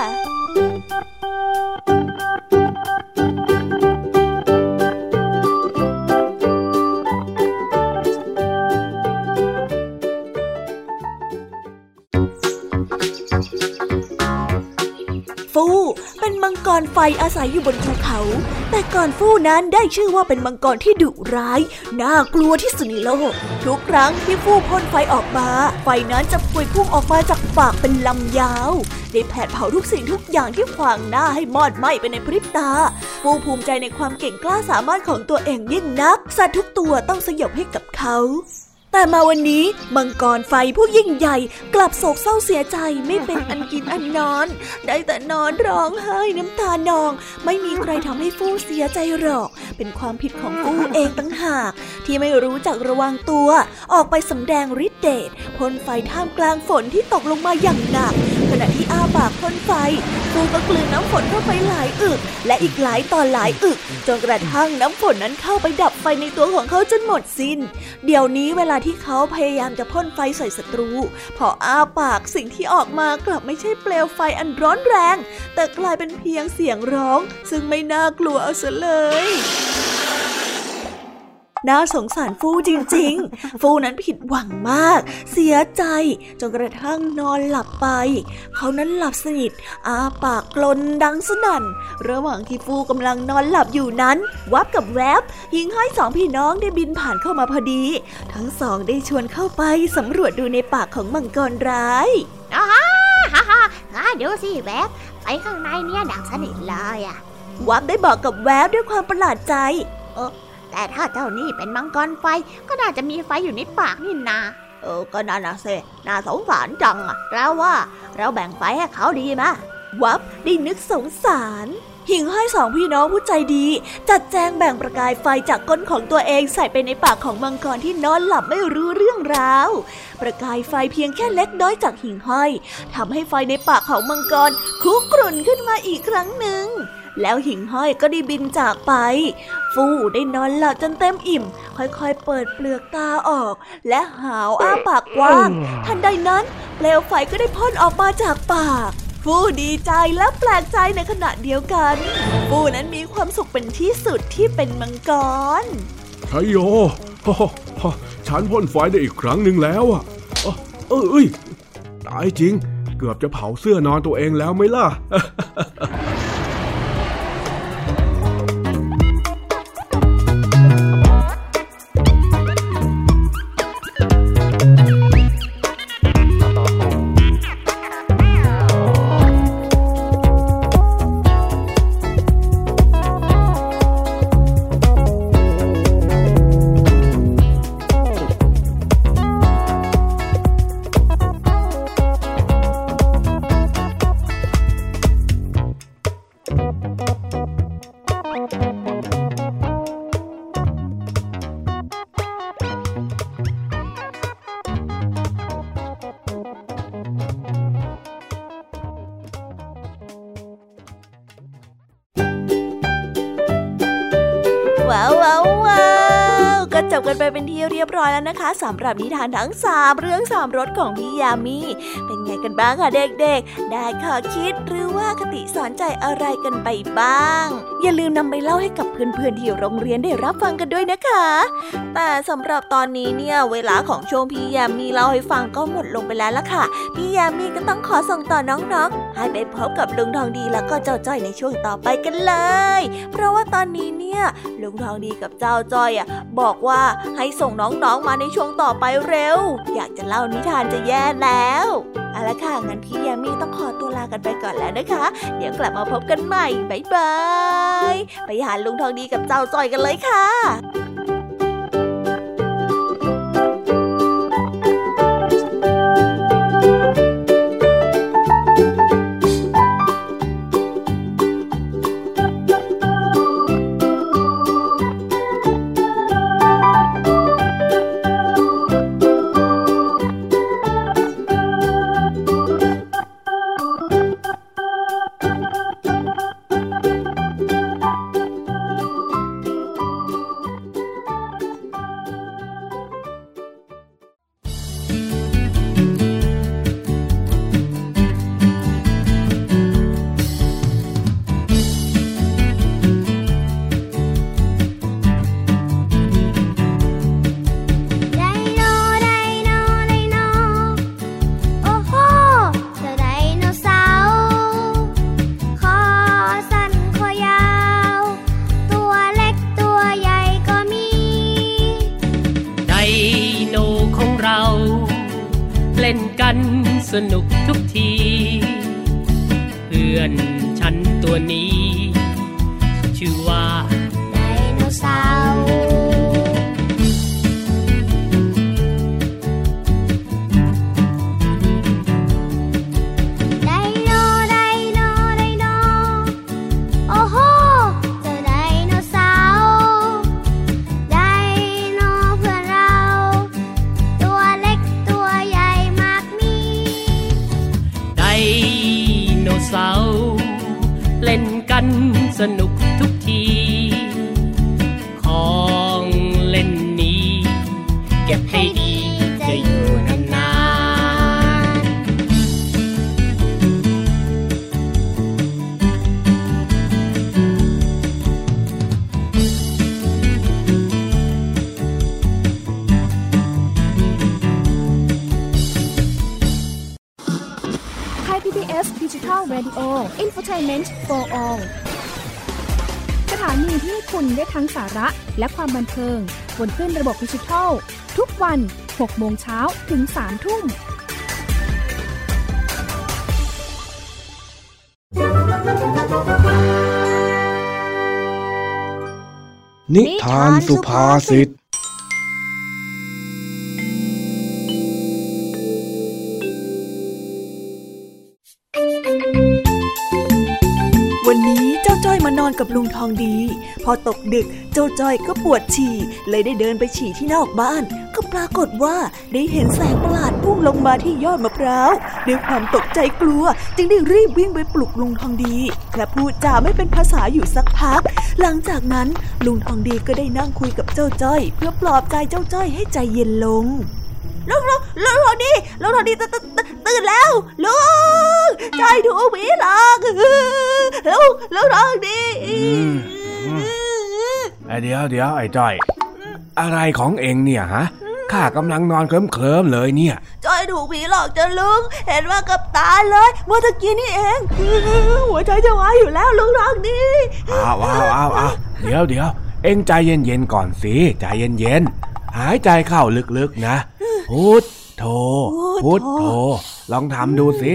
ฟู่เป็นมังกรไฟอาศัยอยู่บนภูเขาแต่ก่อนฟู่นั้นได้ชื่อว่าเป็นมังกรที่ดุร้ายน่ากลัวที่สุดในโลกทุกครั้งที่ฟู่พ่นไฟออกมาไฟนั้นจะพวยพุ่งออกมาจากปากเป็นลำยาวได้แผดเผาทุกสิ่งทุกอย่างที่ขวางหน้าให้มอดไหม้ไปในพริบตาฟู่ภูมิใจในความเก่งกล้าสามารถของตัวเองยิ่งนักสัตว์ทุกตัวต้องสยบให้กับเขาแต่มาวันนี้มังกรไฟผู้ยิ่งใหญ่กลับโศกเศร้าเสียใจไม่เป็นอันกินอันนอนได้แต่นอนร้องไห้น้ำตานองไม่มีใครทำให้ฟู่เสียใจหรอกเป็นความผิดของฟู่เองตั้งหากที่ไม่รู้จักระวังตัวออกไปสำแดงฤทธิ์เดชพ่นไฟท่ามกลางฝนที่ตกลงมาอย่างหนักขณะที่อ้าปากพ่นไฟฟู่ก็กลืนน้ำฝนเข้าไปหลายอึกและอีกหลายต่อหลายอึกจนกระทั่งน้ำฝนนั้นเข้าไปดับไฟในตัวของเขาจนหมดสิ้นเดี๋ยวนี้เวลาที่เขาพยายามจะพ่นไฟใส่ศัตรูพออ้าปากสิ่งที่ออกมากลับไม่ใช่เปลวไฟอันร้อนแรงแต่กลายเป็นเพียงเสียงร้องซึ่งไม่น่ากลัวเอาซะเลยน่าสงสารฟู่จริงๆฟู่นั้นผิดหวังมากเสียใจจนกระทั่งนอนหลับไปเขานั้นหลับสนิทอ้าปากกลนดังสนั่นระหว่างที่ฟู่กำลังนอนหลับอยู่นั้นวับกับแวบหญิงห้อยสองพี่น้องได้บินผ่านเข้ามาพอดีทั้งสองได้ชวนเข้าไปสำรวจดูในปากของมังกรร้ายอ๋อฮ่าฮ่าฮ่าดูสิแวบไฟข้างในเนี่ยดังสนิทเลยอ่ะวับได้บอกกับแวบด้วยความประหลาดใจเออแต่ถ้าเจ้านี่เป็นมังกรไฟก็น่าจะมีไฟอยู่ในปากนี่นาเออก็น่าน่ะสิน่าสงสารจังอ่ะเราว่าเราแบ่งไฟให้เขาดีมั้ยวับได้นึกสงสารหิ่งห้อยสองพี่น้องผู้ใจดีจัดแจงแบ่งประกายไฟจากก้นของตัวเองใส่ไปในปากของมังกรที่นอนหลับไม่รู้เรื่องราวประกายไฟเพียงแค่เล็กน้อยจากหิ่งห้อยทำให้ไฟในปากของมังกรคุกรุ่นขึ้นมาอีกครั้งหนึ่งแล้วหิ่งห้อยก็ได้บินจากไปฟู่ได้นอนหลับจนเต็มอิ่มค่อยๆเปิดเปลือกตาออกและหาวอ้าปากกว้างทันใดนั้นเปลวไฟก็ได้พ่นออกมาจากปากฟู่ดีใจและแปลกใจในขณะเดียวกันฟู่นั้นมีความสุขเป็นที่สุดที่เป็นมังกรชัยโยฉันพ่นไฟได้อีกครั้งหนึ่งแล้วอ่ะเอ้ยตายจริงเกือบจะเผาเสื้อนอนตัวเองแล้วไหมล่ะจบกันไปเป็นที่เรียบร้อยแล้วนะคะสำหรับนิทานทั้งสามเรื่องสามรสของพี่ยามีเป็นไงกันบ้างคะเด็กๆได้ข้อคิดหรือว่าคติสอนใจอะไรกันไปบ้างอย่าลืมนำไปเล่าให้กับเพื่อนๆที่โรงเรียนได้รับฟังกันด้วยนะคะแต่สำหรับตอนนี้เนี่ยเวลาของช่วงพี่ยามีเล่าให้ฟังก็หมดลงไปแล้วล่ะค่ะพี่ยามีก็ต้องขอส่งต่อน้องๆให้ไปพบกับลุงทองดีแล้วก็เจ้าจ้อยในช่วงต่อไปกันเลยเพราะว่าตอนนี้เนี่ยลุงทองดีกับเจ้าจ้อยอ่ะบอกว่าให้ส่งน้องๆมาในช่วงต่อไปเร็วอยากจะเล่านิทานจะแย่แล้วเอาละค่ะงั้นพี่ยามีต้องขอตัวลากันไปก่อนแล้วนะคะเดี๋ยวกลับมาพบกันใหม่บ๊ายบายไปหาลุงทองดีกับเจ้าจ้อยกันเลยค่ะสนุกทุกทีเพื่อนฉันตัวนี้ชื่อว่าไดโนเสาร์ไดโนไดโนไดโนโอ้โหเจ้าไดโนเสาร์ไดโนเพื่อนเราตัวเล็กตัวใหญ่มากมีไดโนเสาร์เล่นกันสนุกทุกทีของเล่นนี้เก็บให้ดีจะอยู่นานๆ Thai พี บี เอส Digital Radio Infotainment for All สถานีที่ให้คุณได้ทั้งสาระและความบันเทิงบนคลื่นระบบดิจิทัลทุกวัน หกโมงเช้าถึง สามทุ่มนิทานสุภาษิตวันนี้เจ้าจ้อยมานอนกับลุงทองดีพอตกดึกเจ้าจ้อยก็ปวดฉี่เลยได้เดินไปฉี่ที่นอกบ้านก็ปรากฏว่าได้เห็นแสงประหลาดพุ่งลงมาที่ยอดมะพร้าวด้วยความตกใจกลัวจึงได้รีบวิ่งไปปลุกลุงทองดีและพูดจาไม่เป็นภาษาอยู่สักพักหลังจากนั้นลุงทองดีก็ได้นั่งคุยกับเจ้าจ้อยเพื่อปลอบใจเจ้าจ้อยให้ใจเย็นลงลุงลุงลุงทองดีลุงทองดีตื่นแล้วลุงใจถูกผีหลอกลุงลุงทองดีเดี๋ยวเดี๋ยวไอ้จ้อยอะไรของเอ็งเนี่ยฮะข้ากำลังนอนเคลิ้มๆเลยเนี่ยจ้อยถูกผีหลอกจะลุงเห็นว่ากับตาเลยเมื่อตะกี้นี่เองหัวใจจะวายอยู่แล้วลุงทองดีอ้าวอ้าวอ้าวอ้าวเดี๋ยวเดี๋ยวเอ็งใจเย็นๆก่อนสิใจเย็นๆหายใจเข้าลึกๆนะพุทโธพุทโธลองทำดูสิ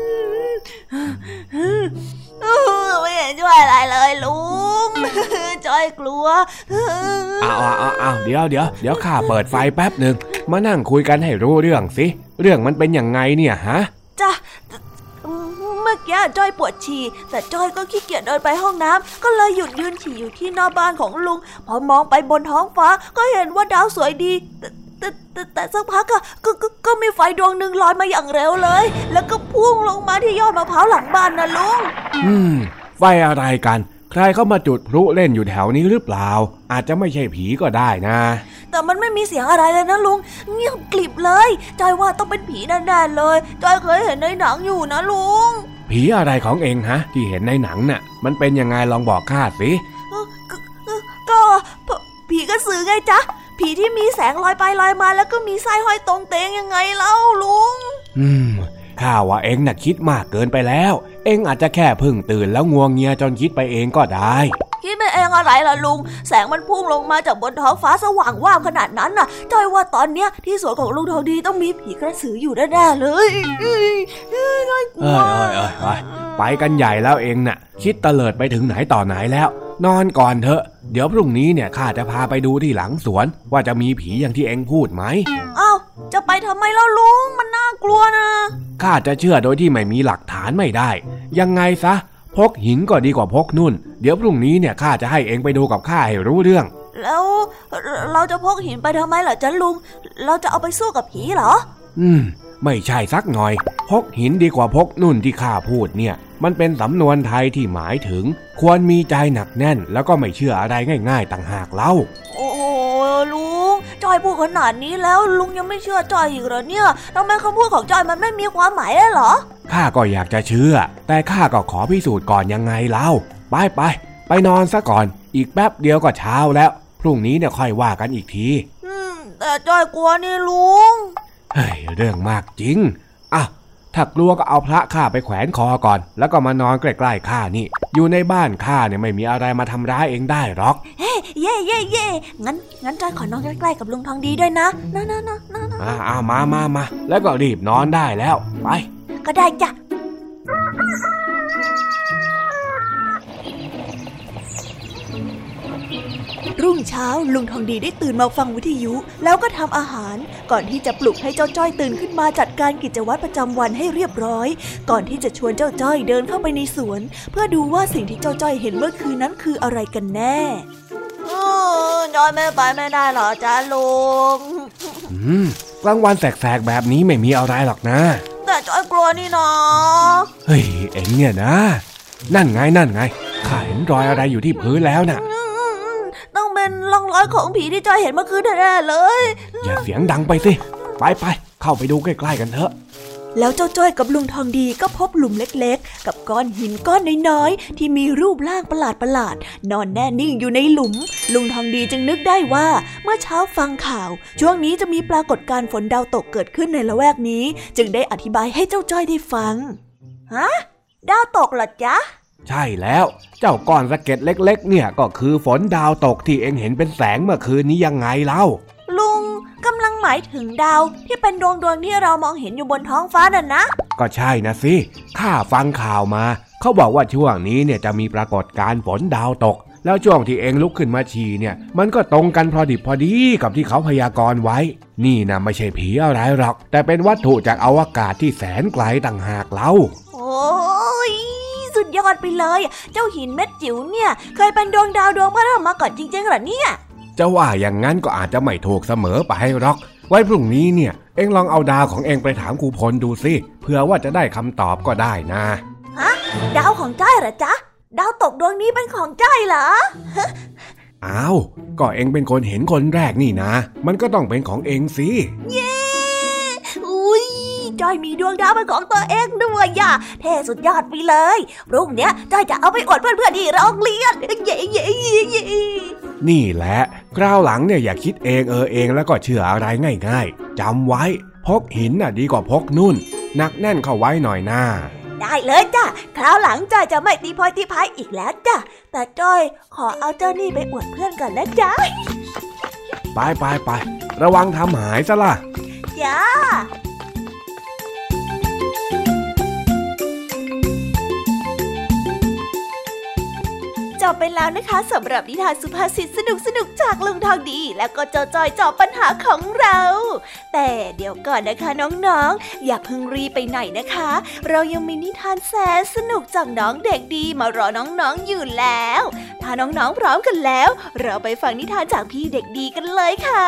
ไม่เห็นช่วยอะไรเลยลุงจ้อยกลัวอ้าวอ้าวอ้าวเดี๋ยวเดี๋ยวเดี๋ยวข้าเปิดไฟแป๊บหนึ่งมานั่งคุยกันให้รู้เรื่องสิเรื่องมันเป็นยังไงเนี่ยฮะจ้ะเมื่อกี้จ้อยปวดฉี่แต่จ้อยก็ขี้เกียจเดินไปห้องน้ำก็เลยหยุดยืนฉี่อยู่ที่หน้าบ้านของลุงพอมองไปบนท้องฟ้าก็เห็นว่าดาวสวยดีแต่แต่แต่สักพักอะก็ก็ก็มีไฟดวงหนึ่งลอยมาอย่างเร็วเลยแล้วก็พุ่งลงมาที่ยอดมะพร้าวหลังบ้านนะลุงอืมไฟอะไรกันใครเข้ามาจุดพลุเล่นอยู่แถวนี้หรือเปล่าอาจจะไม่ใช่ผีก็ได้นะแต่มันไม่มีเสียงอะไรเลยนะลุงเงียบกริบเลยจอยว่าต้องเป็นผีแน่ๆเลยจอยเคยเห็นในหนังอยู่นะลุงผีอะไรของเองฮะที่เห็นในหนังน่ะมันเป็นยังไงลองบอกข้าสิก็ผีกระสือไงจ๊ะผีที่มีแสงลอยไปลอยมาแล้วก็มีไส้ห้อยตรงเตงยังไงเล่าลุงอืมข้าว่าเอ็งน่ะคิดมากเกินไปแล้วเอ็งอาจจะแค่เพิ่งตื่นแล้วงัวเงียจนคิดไปเองก็ได้คิดไปเองอะไรล่ะลุงแสงมันพุ่งลงมาจากบนท้องฟ้าสว่างวาบขนาดนั้นน่ะจ้อยว่าตอนเนี้ยที่สวนของลุงทองดีต้องมีผีกระสืออยู่แน่ๆเลยเอ้ยเอ้ยเอ้ยเอ้ยเอ้ยเอ้ยไปกันใหญ่แล้วเองน่ะคิดเตลิดไปถึงไหนต่อไหนแล้วนอนก่อนเถอะเดี๋ยวพรุ่งนี้เนี่ยข้าจะพาไปดูที่หลังสวนว่าจะมีผีอย่างที่เองพูดไหมอ้าวจะไปทำไมแล้วลุงมันน่ากลัวนะข้าจะเชื่อโดยที่ไม่มีหลักฐานไม่ได้ยังไงซะพกหินก็ดีกว่าพกนุ่นเดี๋ยวพรุ่งนี้เนี่ยข้าจะให้เองไปดูกับข้าให้รู้เรื่องแล้วเราจะพกหินไปทำไมล่ะจ๊ะลุงเราจะเอาไปสู้กับผีเหรออืมไม่ใช่สักหน่อยพกหินดีกว่าพกนุ่นที่ข้าพูดเนี่ยมันเป็นสำนวนไทยที่หมายถึงควรมีใจหนักแน่นแล้วก็ไม่เชื่ออะไรง่ายๆต่างหากเล่าโอ้ลุงจ้อยพูดขนาดนี้แล้วลุงยังไม่เชื่อจ้อยอีกเหรอเนี่ยทำไมคำพูดของจ้อยมันไม่มีความหมายเลยเหรอข้าก็อยากจะเชื่อแต่ข้าก็ขอพิสูจน์ก่อนยังไงเล่าไปไปไปนอนซะก่อนอีกแป๊บเดียวก็เช้าแล้วพรุ่งนี้เนี่ยค่อยว่ากันอีกทีอืมแต่จ้อยกลัวนี่ลุงเฮ้ยเรื่องมากจริงอ่ะถ้ากลัวก็เอาพระข้าไปแขวนคอก่อนแล้วก็มานอนใกล้ๆข้านี่อยู่ในบ้านข้าเนี่ยไม่มีอะไรมาทำร้ายเองได้หรอกเฮ้เย่เย่เย่งั้นงั้นจ้อยขอนอนใกล้ๆกับลุงทองดีด้วยนะนะนะนะนะอ่าอ่ามามามาแล้วก็รีบนอนได้แล้วไปก็ได้จ้ะรุ่งเช้าลุงทองดีได้ตื่นมาฟังวิทยุแล้วก็ทำอาหารก่อนที่จะปลุกให้เจ้าจ้อยตื่นขึ้นมาจัดการกิจวัตรประจำวันให้เรียบร้อยก่อนที่จะชวนเจ้าจ้อยเดินเข้าไปในสวนเพื่อดูว่าสิ่งที่เจ้าจ้อยเห็นเมื่อคืนนั้นคืออะไรกันแน่เออจ้อยไม่ไปไม่ได้หรอจ้าลุงอืมกลางวันแสกๆแบบนี้ไม่มีอะไรหรอกนะแต่จ้อยกลัวนี่นะเฮ้ยเอ็งเนี่ยนะนั่นไงนั่นไงข้าเห็นรอยอะไรอยู่ที่พื้นแล้วน่ะต้องเป็นร่องรอยของผีที่จ้อยเห็นเมื่อคืนแน่ๆเลยอย่าเสียงดังไปสิไปไปเข้าไปดูใกล้ๆกันเถอะแล้วเจ้าจ้อยกับลุงทองดีก็พบหลุมเล็กๆกับก้อนหินก้อนน้อยๆที่มีรูปร่างประหลาดๆนอนแน่นิ่งอยู่ในหลุมลุงทองดีจึงนึกได้ว่าเมื่อเช้าฟังข่าวช่วงนี้จะมีปรากฏการณ์ฝนดาวตกเกิดขึ้นในละแวกนี้จึงได้อธิบายให้เจ้าจ้อยได้ฟังฮะดาวตกเหรอจ๊ะใช่แล้วเจ้าก้อนสะเก็ดเล็กๆเนี่ยก็คือฝนดาวตกที่เอ็งเห็นเป็นแสงเมื่อคืนนี้ยังไงเล่าลุงกำลังหมายถึงดาวที่เป็นดวงดวงที่เรามองเห็นอยู่บนท้องฟ้านั่นนะก็ใช่นะสิข้าฟังข่าวมาเขาบอกว่าช่วงนี้เนี่ยจะมีปรากฏการณ์ฝนดาวตกแล้วช่วงที่เอ็งลุกขึ้นมาฉี่เนี่ยมันก็ตรงกันพอดิบพอดีกับที่เขาพยากรณ์ไว้นี่นะไม่ใช่ผีอะไรหรอกแต่เป็นวัตถุจากอวกาศที่แสนไกลต่างหากเล่าโอ้ยสุดยอดไปเลยเจ้าหินเม็ดจิ๋วเนี่ยเคยเป็นดวงดาวดวงพฤหัสมาก่อนจริงๆเหรอเนี่ยจะว่าอย่างนั้นก็อาจจะไม่ถูกเสมอไปหรอกไว้พรุ่งนี้เนี่ยเอ็งลองเอาดาวของเอ็งไปถามครูพลดูสิเผื่อว่าจะได้คำตอบก็ได้นะฮะดาวของจ้อยเหรอจ๊ะดาวตกดวงนี้เป็นของจ้อยเหรออ้าวก็เอ็งเป็นคนเห็นคนแรกนี่นะมันก็ต้องเป็นของเอ็งสิเย้อุ้ยจ้อยมีดวงดาวเป็นของตัวเองด้วยย่ะเท่สุดยอดไปเลยพรุ่งเนี้ยจ้อยจะเอาไปอวดเพื่อนๆที่โรงเรียนเย้เย้เย้นี่แหละคราวหลังเนี่ยอย่าคิดเองเออเองแล้วก็เชื่ออะไรง่ายๆจำไว้พกหินน่ะดีกว่าพกนุ่นหนักแน่นเข้าไว้หน่อยหน้าได้เลยจ้ะคราวหลังจ้อยจะไม่ตีพอยตีพายอีกแล้วจ้ะแต่จ้อยขอเอาเจ้านี่ไปอวดเพื่อนก่อนนะจ๊ะไปไปไประวังทำหายซะล่ะจ้าจบไปแล้วนะคะสำหรับนิทานสุภาษิตสนุกๆจากลุงทองดีแล้วก็เจ้าจ้อยจอบปัญหาของเราแต่เดี๋ยวก่อนนะคะน้องๆอย่าเพิ่งรีบไปไหนนะคะเรายังมีนิทานแสนสนุกจากน้องเด็กดีมารอน้องๆอยู่แล้วถ้าน้องๆพร้อมกันแล้วเราไปฟังนิทานจากพี่เด็กดีกันเลยค่ะ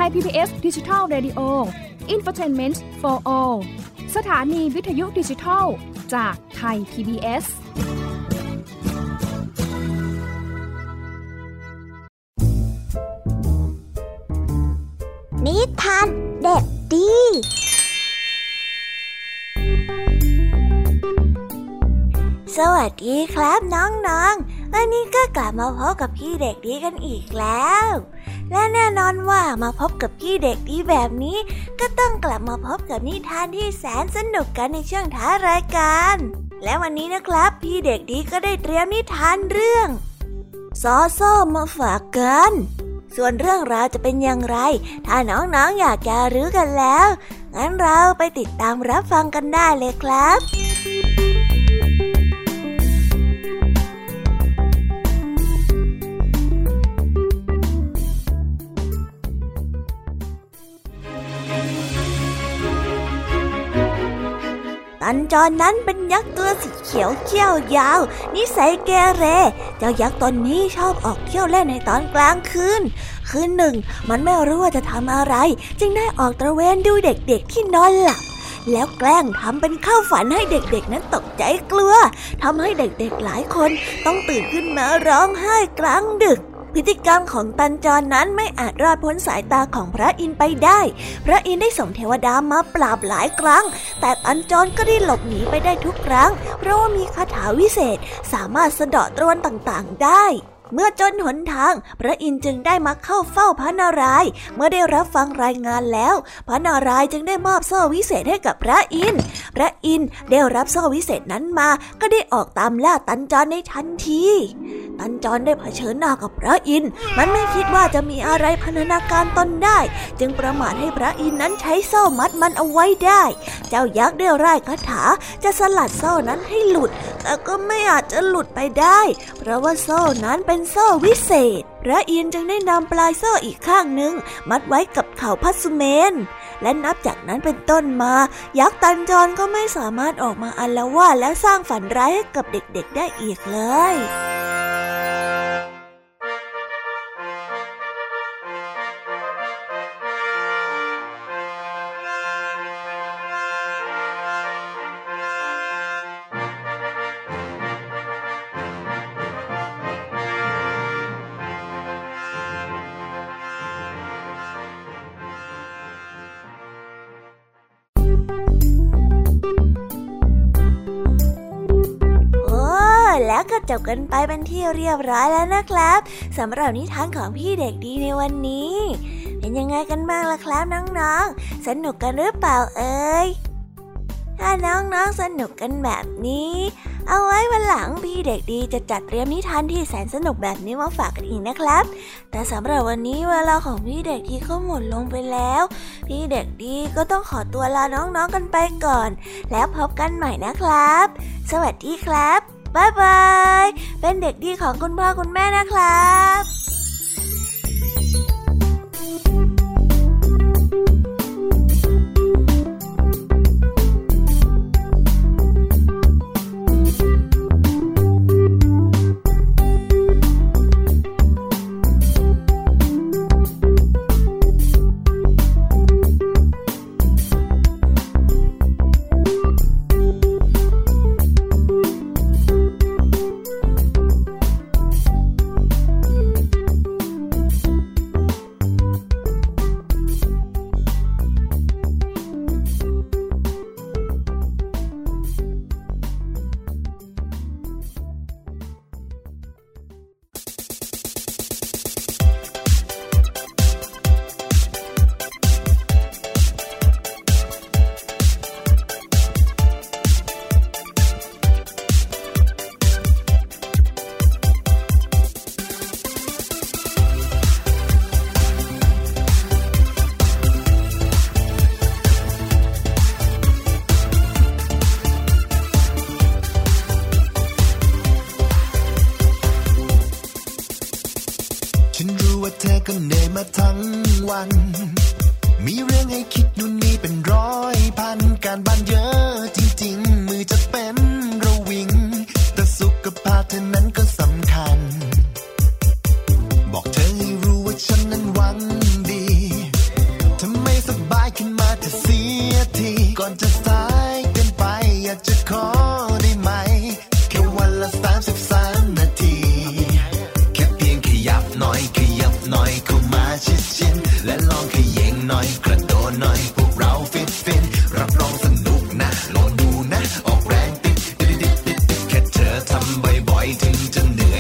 พี บี เอส Digital Radio Infotainment for All สถานีวิทยุดิจิทัลจากไทย พี บี เอสนิทานเด็กดีสวัสดีครับน้องๆวันนี้ก็กลับมาพบกับพี่เด็กดีกันอีกแล้วและแน่นอนว่ามาพบกับพี่เด็กดีแบบนี้ก็ต้องกลับมาพบกับนิทานที่แสนสนุกกันในช่วงท้ายรายการและวันนี้นะครับพี่เด็กดีก็ได้เตรียมนิทานเรื่องซอโซ่มาฝากกันส่วนเรื่องราวจะเป็นอย่างไรถ้าน้องๆอยากจะรู้กันแล้วงั้นเราไปติดตามรับฟังกันได้เลยครับตันจรนั้นเป็นยักษ์ตัวสีเขียวเขี้ยวยาวนิสัยเกเรเจ้ายักษ์ตนนี้ชอบออกเที่ยวเล่นในตอนกลางคืนคืนหนึ่งมันไม่รู้ว่าจะทำอะไรจึงได้ออกตระเวนดูเด็กๆที่นอนหลับแล้วแกล้งทำเป็นเข้าฝันให้เด็กๆนั้นตกใจกลัวทำให้เด็กๆหลายคนต้องตื่นขึ้นมาร้องไห้กลางดึกพฤติกรรมของตันจรนั้นไม่อาจรอดพ้นสายตาของพระอินทร์ไปได้พระอินทร์ได้ส่งเทวดามาปราบหลายครั้งแต่ตันจรก็ได้หลบหนีไปได้ทุกครั้งเพราะว่ามีคาถาวิเศษสามารถสะเดาะตรวนต่างๆได้เมื่อจนหนทางพระอินทร์จึงได้มาเข้าเฝ้าพระนารายณ์เมื่อได้รับฟังรายงานแล้วพระนารายณ์จึงได้มอบโซ่วิเศษให้กับพระอินทร์พระอินทร์ได้รับโซ่วิเศษนั้นมาก็ได้ออกตามล่าตันจรในทันทีตันจรได้เผชิญหน้ากับพระอินทร์มันไม่คิดว่าจะมีอะไรพันธนาการตนได้จึงประมาทให้พระอินทร์นั้นใช้โซ่มัดมันเอาไว้ได้เจ้ายักษ์ได้ร่ายคาถาจะสลัดโซ่นั้นให้หลุดแต่ก็ไม่อาจจะหลุดไปได้เพราะว่าโซ่นั้นเป็นโซ่วิเศษพระอินทร์จึงได้นำปลายโซ่อีกข้างหนึ่งมัดไว้กับเขาพัสุเมนและนับจากนั้นเป็นต้นมายักษ์ตันจรก็ไม่สามารถออกมาอาละวาดและสร้างฝันร้ายให้กับเด็กๆได้อีกเลยแล้วก็จบกันไปเป็นที่เรียบร้อยแล้วนะครับสำหรับนิทานของพี่เด็กดีในวันนี้เป็นยังไงกันบ้างล่ะครับน้องๆสนุกกันหรือเปล่าเอ่ยถ้าน้องๆสนุกกันแบบนี้เอาไว้วันหลังพี่เด็กดีจะจัดเตรียมนิทานที่แสนสนุกแบบนี้มาฝากกันอีกนะครับแต่สำหรับวันนี้เวลาของพี่เด็กดีก็หมดลงไปแล้วพี่เด็กดีก็ต้องขอตัวลาน้องๆกันไปก่อนแล้วพบกันใหม่นะครับสวัสดีครับบ๊ายบายเป็นเด็กดีของคุณพ่อคุณแม่นะครับมีเรื่องให้คิดนู่นนี่เป็นร้อยพันการบ้านเยอะจริงๆมือจะเป็นระวิงแต่สุขภาพเธอนั้นก็สำคัญบอกเธอให้รู้ว่าฉันนั้นหวังดี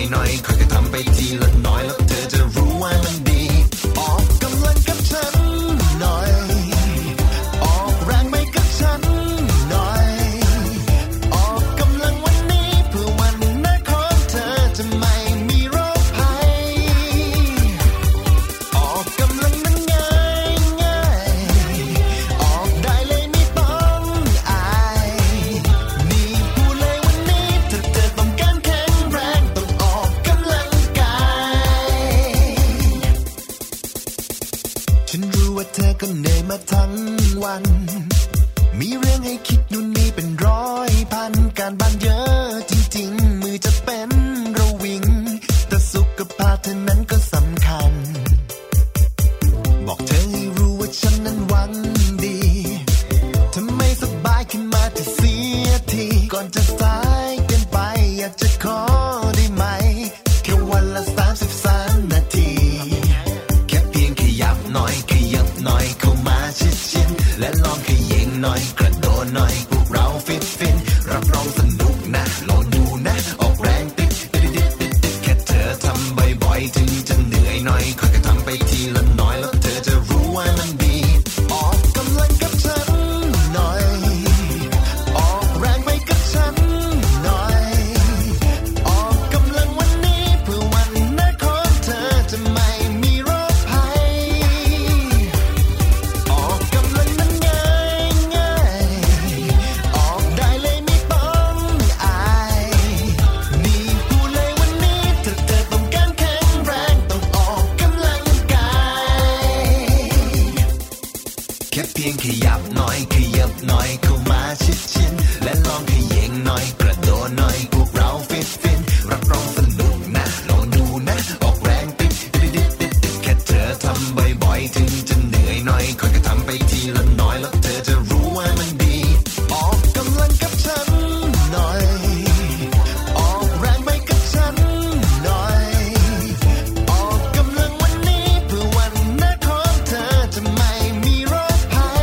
หน่อยค่อยๆทำไปทีละน้อยแล้วเธอจะรู้ว่ามันดีออกกำลังกับฉันหน่อยออกแรงไปกับฉันหน่อยออกกำลังวันนี้เพื่อวันหน้าของเธอจะไม่มีโรคภัยออกกำลังนั้นง่ายง่ายออกได้เลยไม่ต้องอายนี่พูดเลยวันนี้ถ้าเธอต้องการแข็งแรงต้องออกกำลังกายฉันรู้ว่าเธอก็เหนื่อยมาทั้งวันมีเรื่องให้คิดนู่นนี่เป็นร้อยพันการบ้านเยอะจริงๆมือจะเป็นระวิงแต่สุขภาพเธอนั้นก็สำคัญบอกเธอให้รู้ว่าฉันนั้นหวังดีถ้าไม่สบายขึ้นมาจะเสียทีก่อนจะสายเกินไปอยากจะขอได้ไหมแค่วันละสามสิบสามนาทีแค่เพียงขยับหน่อยขยับหน่อยเข้ามาชิดๆและลองขยิงหน่อยกระโดดหน่อยพวกเราฟิตฟินรับรองสนุกนะลองดูนะออกแรงติดติดติดติดติดแค่เธอทำบ่อยๆถึงจะเหนื่อยหน่อยค่อยๆทำไปทีละน้อยแล้วเธอจะรู้ว่ามันดีออกกำลังกับฉันหน่อยออกแรงไปกับฉันหน่อยออกกำลังวันนี้เพื่อวันหน้าของเธอจะไม่มีโรคภัยออกกำลังนั้นง่ายง่ายออกได้เลยไม่ต้องอายนี่พูดเลยวันนี้ถ้าเธอต้องการแข็งแรงต้องออกกำลังกายแค่เพียงขยับหน่อยขยับหน่อยเข้ามาชิดๆและลองขยิงหน่อยกระโดดหน่อยพวกเราฟิตฟินรับรองสนุกนะลองดูนะออกแรงติดติดติดติดติดแค่เธอทำบ่อยๆถึงจะเหนื่อยหน่อยค่อยๆทำไปทีละน้อยแล้วเธอจะรู้ว่ามันดีออกกำลังกับฉันหน่อยออกแรงไปกับฉันหน่อยออกกำลังวันนี้เพื่อวันหน้าของเธอจะไม่มีโรคภัย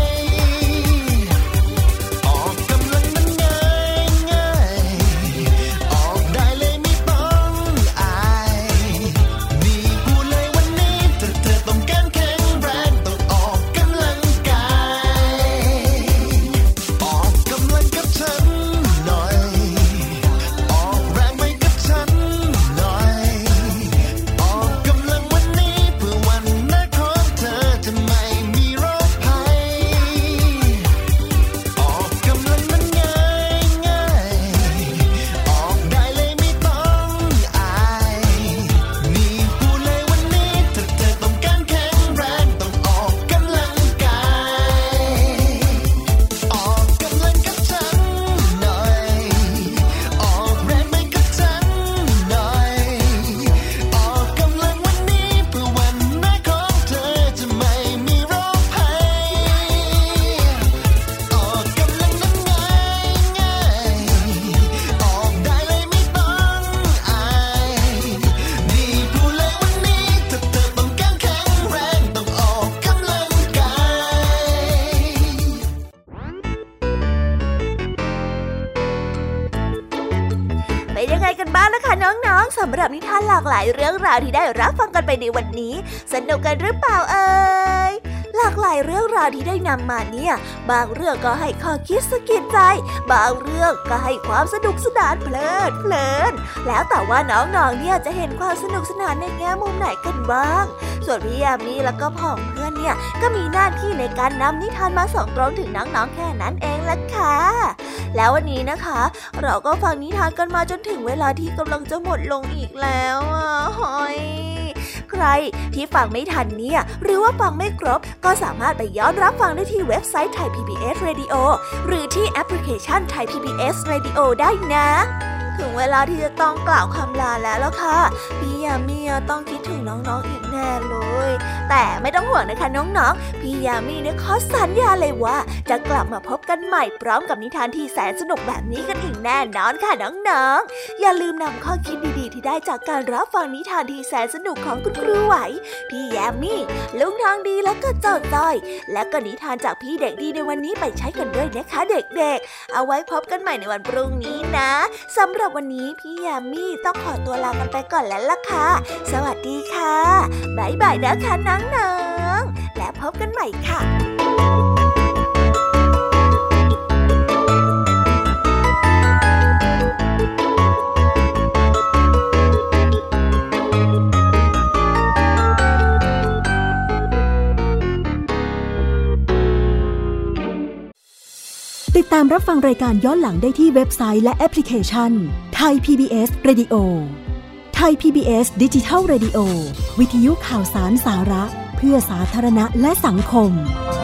ออกกำลังนั้นง่ายง่ายออกได้เลยไม่ต้องอายนี่พูดเลยวันนี้ถ้าเธอต้องการแข็งแรงต้องออกกำลังกายออกกำลังกับฉันหน่อยออกแรงไปกับฉันหน่อยออกกำลังวันนี้เพื่อวันหน้าของเธอจะไม่มีโรคภัยออกกำลังนั้นง่ายง่ายออกได้เลยไม่ต้องอายนี่พูดเลยวันนี้ถ้าเธอต้องการแข็งแรงต้องออกกำลังกายออกกำลังกับฉันหน่อยออกแรงไปกับฉันหน่อยออกกำลังวันนี้เพื่อวันหน้าของเธอจะไม่มีโรคภัยออกกำลังนั้นง่ายง่ายออกได้เลยไม่ต้องอายนี่พูดเลยวันนี้ถ้าเธอต้องการแข็งแรงต้องออกกำลังกายเป็นยังไงกันบ้างนะคะน้องๆสำหรับนิทานหลากหลายเรื่องราวที่ได้รับฟังกันไปในวันนี้สนุกกันหรือเปล่าเอ่ยหลากหลายเรื่องราวที่ได้นำมาเนี่ยบางเรื่องก็ให้ข้อคิดสะกิดใจบางเรื่องก็ให้ความสนุกสนานเพลิดเพลินแล้วแต่ว่าน้องๆเนี่ยจะเห็นความสนุกสนานในแง่มุมไหนกันบ้างส่วนพี่ยามีแล้วก็พ่องเพื่อนเนี่ยก็มีหน้าที่ในการนำนิทานมาส่งตรงถึงน้องๆแค่นั้นเองล่ะค่ะแล้ววันนี้นะคะเราก็ฟังนิทานกันมาจนถึงเวลาที่กำลังจะหมดลงอีกแล้วอ่ะหอยใครที่ฟังไม่ทันเนี่ยหรือว่าฟังไม่ครบก็สามารถไปย้อนรับฟังได้ที่เว็บไซต์ Thai พี บี เอส Radio หรือที่แอปพลิเคชัน Thai พี บี เอส Radio ได้นะถึงเวลาที่จะต้องกล่าวคำลาแล้วล่ะค่ะพี่ยามีต้องคิดถึงน้องๆอีกแน่เลยแต่ไม่ต้องห่วงนะคะน้องๆพี่ยามีเนี่ยขอสัญญาเลยว่าจะกลับมาพบกันใหม่พร้อมกับนิทานที่แสนสนุกแบบนี้กันอีกแน่นอนค่ะน้องๆอย่าลืมนำข้อคิดดีๆที่ได้จากการรับฟังนิทานที่แสนสนุกของคุณครูไหวพี่ยามีลุงทองดีและก็เจ้าจ้อยและก็นิทานจากพี่เด็กดีในวันนี้ไปใช้กันด้วยนะคะเด็กๆเอาไว้พบกันใหม่ในวันพรุ่งนี้นะสำหรับรับวันนี้พี่ยามีต้องขอตัวลากันไปก่อนแล้วล่ะค่ะสวัสดีค่ะบ๊ายบายนะคะน้องๆและพบกันใหม่ค่ะติดตามรับฟังรายการย้อนหลังได้ที่เว็บไซต์และแอปพลิเคชัน Thai พี บี เอส Radio Thai พี บี เอส Digital Radio วิทยุข่าวสารสาระเพื่อสาธารณะและสังคม